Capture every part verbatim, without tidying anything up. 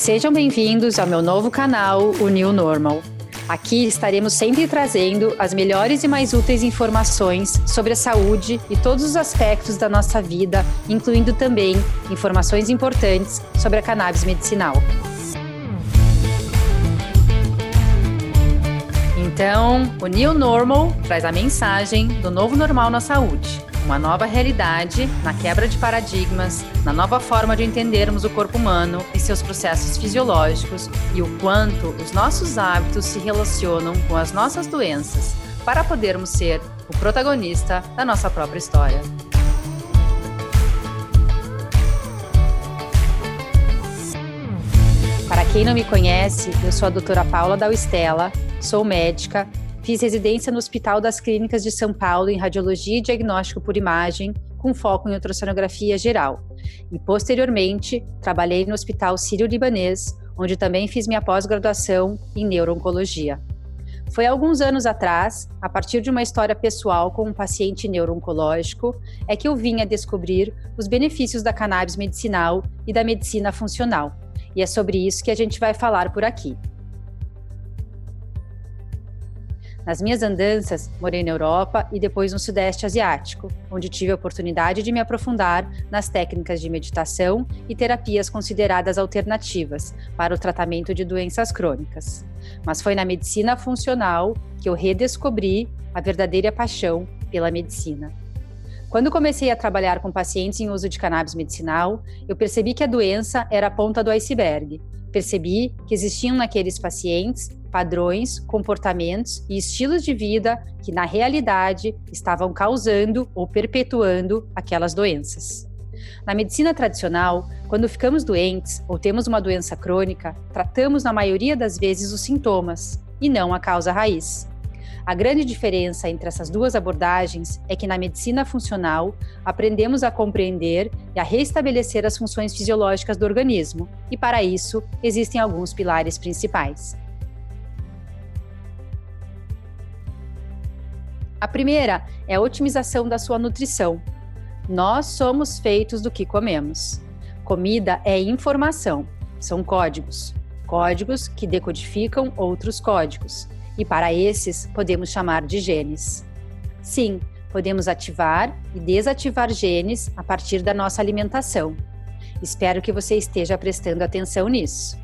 Sejam bem-vindos ao meu novo canal, o New Normal. Aqui estaremos sempre trazendo as melhores e mais úteis informações sobre a saúde e todos os aspectos da nossa vida, incluindo também informações importantes sobre a cannabis medicinal. Então, o New Normal traz a mensagem do novo normal na saúde. Uma nova realidade na quebra de paradigmas, na nova forma de entendermos o corpo humano e seus processos fisiológicos e o quanto os nossos hábitos se relacionam com as nossas doenças para podermos ser o protagonista da nossa própria história. Para quem não me conhece, eu sou a doutora Paula Dauistella, sou médica. Fiz residência no Hospital das Clínicas de São Paulo em Radiologia e Diagnóstico por Imagem, com foco em ultrassonografia geral. E, posteriormente, trabalhei no Hospital Sírio-Libanês, onde também fiz minha pós-graduação em neuro-oncologia. Foi alguns anos atrás, a partir de uma história pessoal com um paciente neuro-oncológico, é que eu vim a descobrir os benefícios da cannabis medicinal e da medicina funcional. E é sobre isso que a gente vai falar por aqui. Nas minhas andanças, morei na Europa e depois no Sudeste Asiático, onde tive a oportunidade de me aprofundar nas técnicas de meditação e terapias consideradas alternativas para o tratamento de doenças crônicas. Mas foi na medicina funcional que eu redescobri a verdadeira paixão pela medicina. Quando comecei a trabalhar com pacientes em uso de cannabis medicinal, eu percebi que a doença era a ponta do iceberg. Percebi que existiam naqueles pacientes padrões, comportamentos e estilos de vida que, na realidade, estavam causando ou perpetuando aquelas doenças. Na medicina tradicional, quando ficamos doentes ou temos uma doença crônica, tratamos na maioria das vezes os sintomas e não a causa raiz. A grande diferença entre essas duas abordagens é que na medicina funcional aprendemos a compreender e a restabelecer as funções fisiológicas do organismo, e para isso existem alguns pilares principais. A primeira é a otimização da sua nutrição. Nós somos feitos do que comemos. Comida é informação, são códigos. Códigos que decodificam outros códigos. E para esses, podemos chamar de genes. Sim, podemos ativar e desativar genes a partir da nossa alimentação. Espero que você esteja prestando atenção nisso.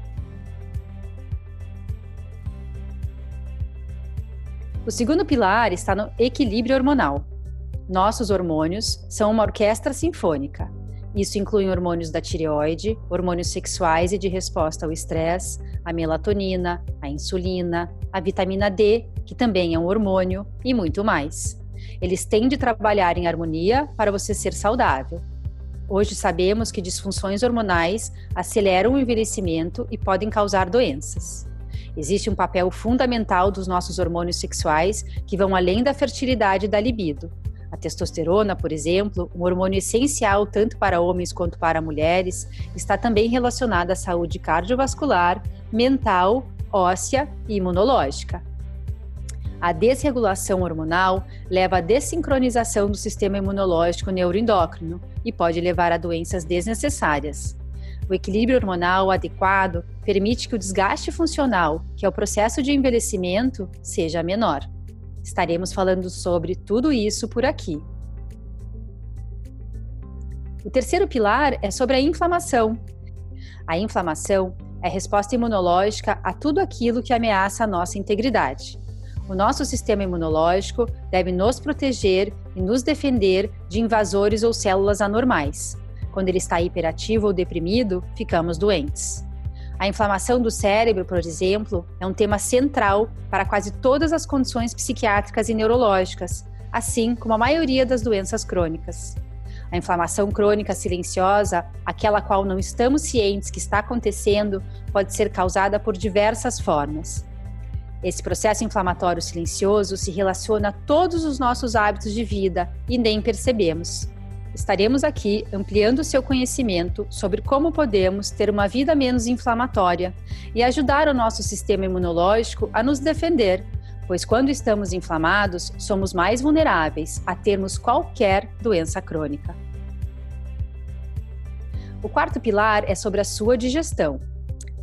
O segundo pilar está no equilíbrio hormonal. Nossos hormônios são uma orquestra sinfônica. Isso inclui hormônios da tireoide, hormônios sexuais e de resposta ao estresse, a melatonina, a insulina, a vitamina D, que também é um hormônio, e muito mais. Eles têm de trabalhar em harmonia para você ser saudável. Hoje sabemos que disfunções hormonais aceleram o envelhecimento e podem causar doenças. Existe um papel fundamental dos nossos hormônios sexuais que vão além da fertilidade e da libido. A testosterona, por exemplo, um hormônio essencial tanto para homens quanto para mulheres, está também relacionada à saúde cardiovascular, mental, óssea e imunológica. A desregulação hormonal leva à desincronização do sistema imunológico neuroendócrino e pode levar a doenças desnecessárias. O equilíbrio hormonal adequado permite que o desgaste funcional, que é o processo de envelhecimento, seja menor. Estaremos falando sobre tudo isso por aqui. O terceiro pilar é sobre a inflamação. A inflamação é a resposta imunológica a tudo aquilo que ameaça a nossa integridade. O nosso sistema imunológico deve nos proteger e nos defender de invasores ou células anormais. Quando ele está hiperativo ou deprimido, ficamos doentes. A inflamação do cérebro, por exemplo, é um tema central para quase todas as condições psiquiátricas e neurológicas, assim como a maioria das doenças crônicas. A inflamação crônica silenciosa, aquela qual não estamos cientes que está acontecendo, pode ser causada por diversas formas. Esse processo inflamatório silencioso se relaciona a todos os nossos hábitos de vida e nem percebemos. Estaremos aqui ampliando o seu conhecimento sobre como podemos ter uma vida menos inflamatória e ajudar o nosso sistema imunológico a nos defender, pois quando estamos inflamados, somos mais vulneráveis a termos qualquer doença crônica. O quarto pilar é sobre a sua digestão.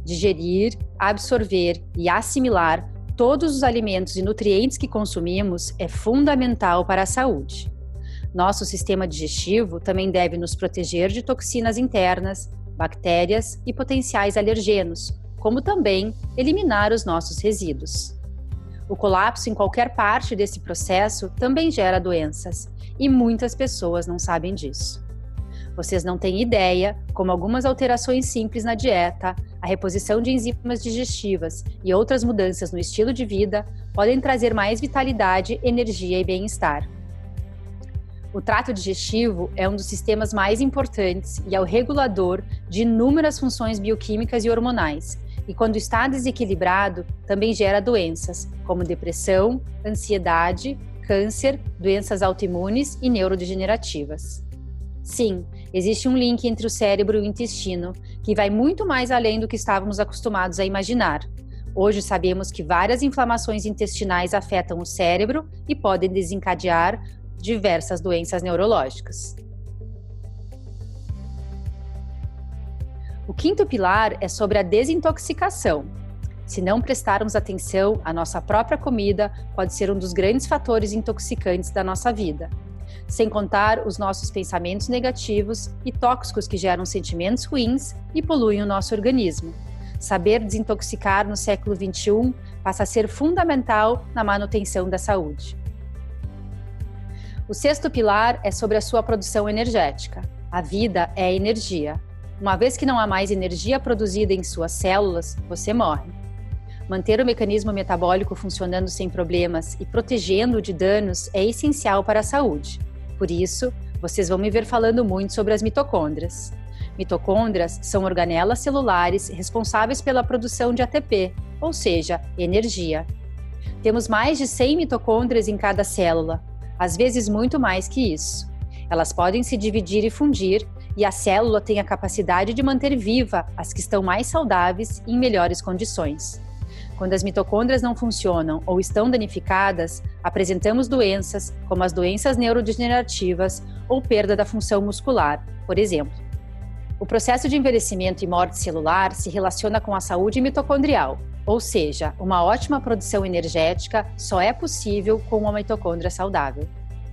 Digerir, absorver e assimilar todos os alimentos e nutrientes que consumimos é fundamental para a saúde. Nosso sistema digestivo também deve nos proteger de toxinas internas, bactérias e potenciais alergenos, como também eliminar os nossos resíduos. O colapso em qualquer parte desse processo também gera doenças, e muitas pessoas não sabem disso. Vocês não têm ideia como algumas alterações simples na dieta, a reposição de enzimas digestivas e outras mudanças no estilo de vida podem trazer mais vitalidade, energia e bem-estar. O trato digestivo é um dos sistemas mais importantes e é o regulador de inúmeras funções bioquímicas e hormonais, e quando está desequilibrado, também gera doenças, como depressão, ansiedade, câncer, doenças autoimunes e neurodegenerativas. Sim, existe um link entre o cérebro e o intestino, que vai muito mais além do que estávamos acostumados a imaginar. Hoje sabemos que várias inflamações intestinais afetam o cérebro e podem desencadear diversas doenças neurológicas. O quinto pilar é sobre a desintoxicação. Se não prestarmos atenção, a nossa própria comida pode ser um dos grandes fatores intoxicantes da nossa vida. Sem contar os nossos pensamentos negativos e tóxicos que geram sentimentos ruins e poluem o nosso organismo. Saber desintoxicar no século vinte e um passa a ser fundamental na manutenção da saúde. O sexto pilar é sobre a sua produção energética. A vida é energia. Uma vez que não há mais energia produzida em suas células, você morre. Manter o mecanismo metabólico funcionando sem problemas e protegendo-o de danos é essencial para a saúde. Por isso, vocês vão me ver falando muito sobre as mitocôndrias. Mitocôndrias são organelas celulares responsáveis pela produção de A T P, ou seja, energia. Temos mais de cem mitocôndrias em cada célula, às vezes muito mais que isso. Elas podem se dividir e fundir, e a célula tem a capacidade de manter viva as que estão mais saudáveis e em melhores condições. Quando as mitocôndrias não funcionam ou estão danificadas, apresentamos doenças, como as doenças neurodegenerativas ou perda da função muscular, por exemplo. O processo de envelhecimento e morte celular se relaciona com a saúde mitocondrial, ou seja, uma ótima produção energética só é possível com uma mitocôndria saudável.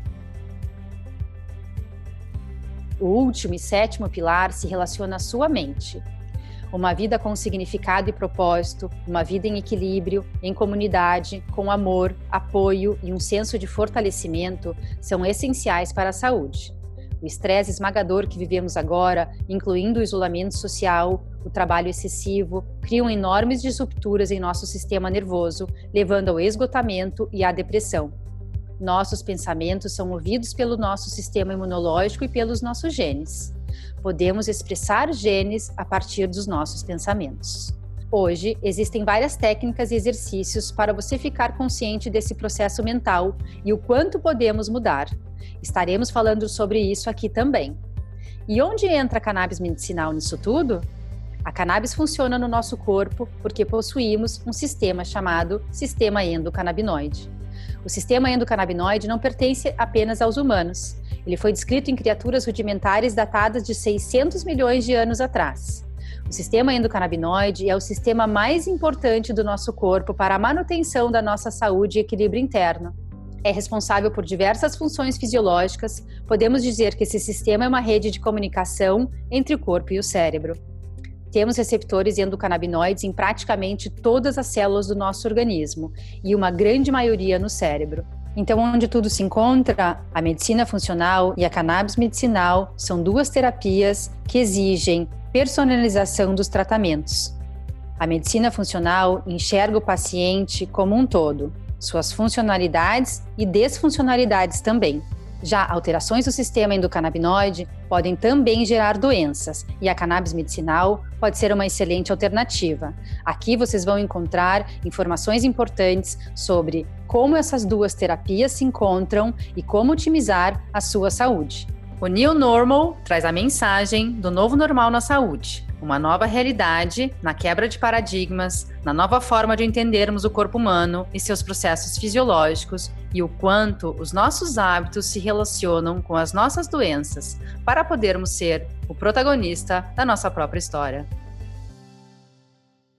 O último e sétimo pilar se relaciona à sua mente. Uma vida com significado e propósito, uma vida em equilíbrio, em comunidade, com amor, apoio e um senso de fortalecimento são essenciais para a saúde. O estresse esmagador que vivemos agora, incluindo o isolamento social, o trabalho excessivo, criam enormes disrupturas em nosso sistema nervoso, levando ao esgotamento e à depressão. Nossos pensamentos são movidos pelo nosso sistema imunológico e pelos nossos genes. Podemos expressar genes a partir dos nossos pensamentos. Hoje, existem várias técnicas e exercícios para você ficar consciente desse processo mental e o quanto podemos mudar. Estaremos falando sobre isso aqui também. E onde entra a cannabis medicinal nisso tudo? A cannabis funciona no nosso corpo porque possuímos um sistema chamado sistema endocannabinoide. O sistema endocannabinoide não pertence apenas aos humanos. Ele foi descrito em criaturas rudimentares datadas de seiscentos milhões de anos atrás. O sistema endocannabinoide é o sistema mais importante do nosso corpo para a manutenção da nossa saúde e equilíbrio interno. É responsável por diversas funções fisiológicas. Podemos dizer que esse sistema é uma rede de comunicação entre o corpo e o cérebro. Temos receptores endocannabinoides em praticamente todas as células do nosso organismo e uma grande maioria no cérebro. Então, onde tudo se encontra, a medicina funcional e a cannabis medicinal são duas terapias que exigem personalização dos tratamentos. A medicina funcional enxerga o paciente como um todo, suas funcionalidades e desfuncionalidades também. Já alterações do sistema endocannabinoide podem também gerar doenças e a cannabis medicinal pode ser uma excelente alternativa. Aqui vocês vão encontrar informações importantes sobre como essas duas terapias se encontram e como otimizar a sua saúde. O New Normal traz a mensagem do novo normal na saúde, uma nova realidade na quebra de paradigmas, na nova forma de entendermos o corpo humano e seus processos fisiológicos e o quanto os nossos hábitos se relacionam com as nossas doenças para podermos ser o protagonista da nossa própria história.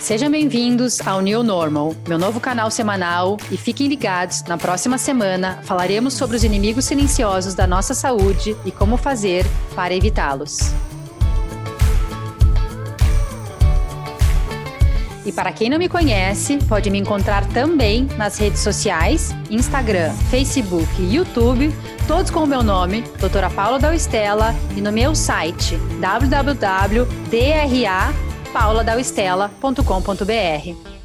Sejam bem-vindos ao New Normal, meu novo canal semanal, e fiquem ligados, na próxima semana falaremos sobre os inimigos silenciosos da nossa saúde e como fazer para evitá-los. E para quem não me conhece, pode me encontrar também nas redes sociais, Instagram, Facebook e YouTube, todos com o meu nome, doutora Paula Dauestella, e no meu site w w w ponto d r a paula dauestella ponto com ponto b r.